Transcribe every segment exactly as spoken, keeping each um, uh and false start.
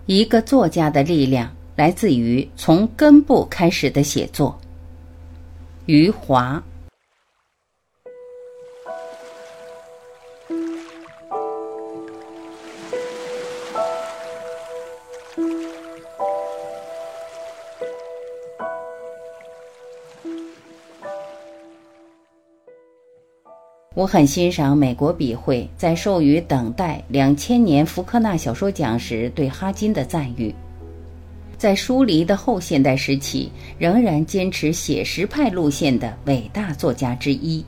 一个作家的力量来自于从根部开始的写作。余华。我很欣赏美国笔会在授予等待两千年福克纳小说奖时对哈金的赞誉，在疏离的后现代时期仍然坚持写实派路线的伟大作家之一。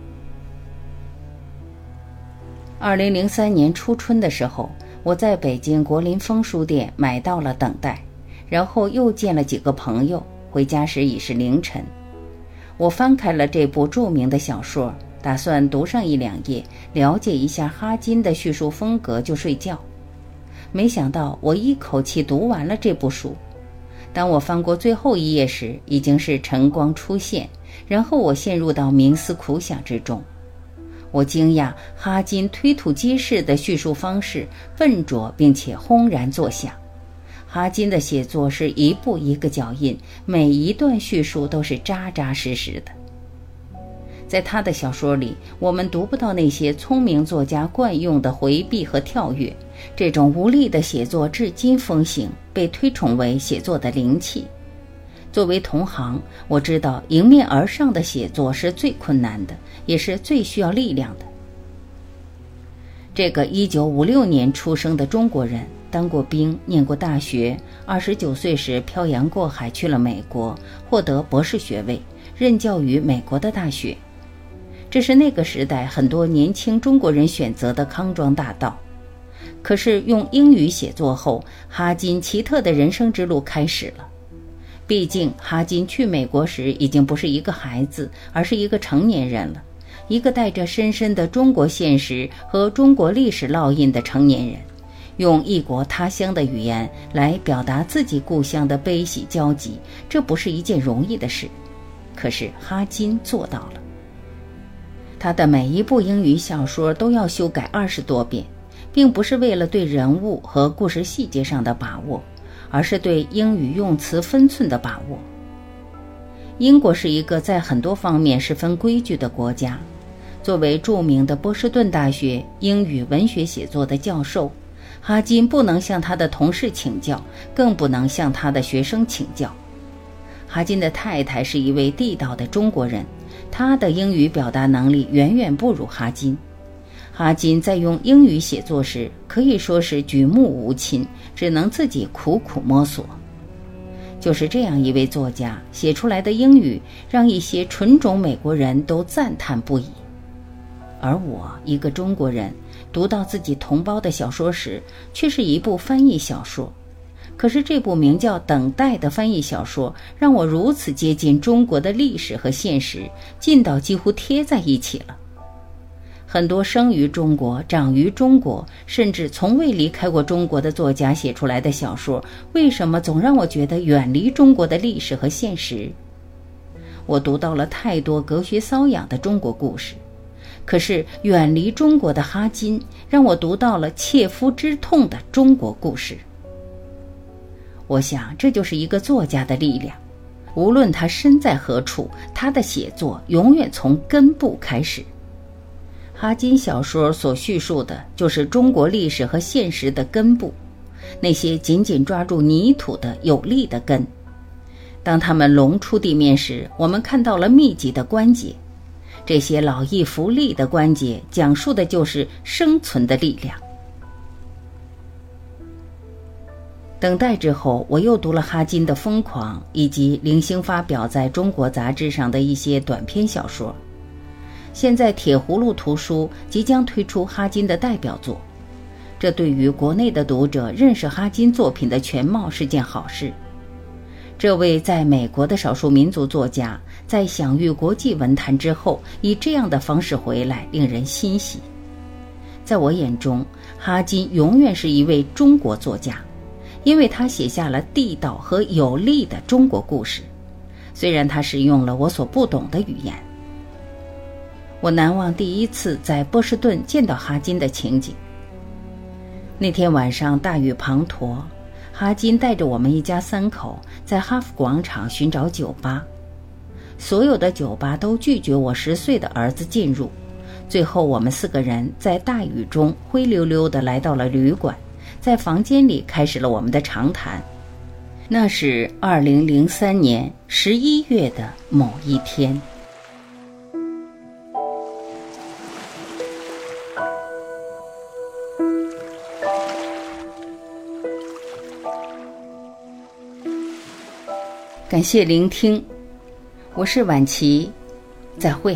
二零零三年初春的时候，我在北京国林峰书店买到了《等待》，然后又见了几个朋友，回家时已是凌晨。我翻开了这部著名的小说，打算读上一两页，了解一下哈金的叙述风格就睡觉。没想到我一口气读完了这部书。当我翻过最后一页时，已经是晨光出现，然后我陷入到冥思苦想之中。我惊讶哈金推土机式的叙述方式笨拙并且轰然作响。哈金的写作是一步一个脚印，每一段叙述都是扎扎实实的。在他的小说里，我们读不到那些聪明作家惯用的回避和跳跃，这种无力的写作至今风行，被推崇为写作的灵气。作为同行，我知道迎面而上的写作是最困难的，也是最需要力量的。这个一九五六年出生的中国人，当过兵，念过大学，二十九岁时漂洋过海去了美国，获得博士学位，任教于美国的大学。这是那个时代很多年轻中国人选择的康庄大道。可是用英语写作后，哈金奇特的人生之路开始了。毕竟哈金去美国时已经不是一个孩子，而是一个成年人了，一个带着深深的中国现实和中国历史烙印的成年人，用异国他乡的语言来表达自己故乡的悲喜交集，这不是一件容易的事。可是哈金做到了。他的每一部英语小说都要修改二十多遍，并不是为了对人物和故事细节上的把握，而是对英语用词分寸的把握。英国是一个在很多方面十分规矩的国家。作为著名的波士顿大学英语文学写作的教授，哈金不能向他的同事请教，更不能向他的学生请教。哈金的太太是一位地道的中国人，他的英语表达能力远远不如哈金。哈金在用英语写作时可以说是举目无亲，只能自己苦苦摸索。就是这样一位作家写出来的英语，让一些纯种美国人都赞叹不已。而我一个中国人读到自己同胞的小说时，却是一部翻译小说。可是这部名叫《等待》的翻译小说让我如此接近中国的历史和现实，近到几乎贴在一起了。很多生于中国、长于中国，甚至从未离开过中国的作家写出来的小说，为什么总让我觉得远离中国的历史和现实？我读到了太多隔靴搔痒的中国故事，可是远离中国的哈金让我读到了切肤之痛的中国故事。我想这就是一个作家的力量，无论他身在何处，他的写作永远从根部开始。哈金小说所叙述的就是中国历史和现实的根部，那些紧紧抓住泥土的有力的根。当它们隆出地面时，我们看到了密集的关节，这些老骥伏枥的关节讲述的就是生存的力量。等待之后，我又读了哈金的《疯狂》，以及零星发表在中国杂志上的一些短篇小说。现在铁葫芦图书即将推出哈金的代表作，这对于国内的读者认识哈金作品的全貌是件好事。这位在美国的少数民族作家，在享誉国际文坛之后，以这样的方式回来，令人欣喜。在我眼中，哈金永远是一位中国作家，因为他写下了地道和有力的中国故事，虽然他使用了我所不懂的语言。我难忘第一次在波士顿见到哈金的情景。那天晚上大雨滂沱， 哈金带着我们一家三口在哈佛广场寻找酒吧，所有的酒吧都拒绝我十岁的儿子进入。最后我们四个人在大雨中灰溜溜地来到了旅馆，在房间里开始了我们的长谈。那是二零零三年十一月的某一天。感谢聆听，我是婉琪，再会。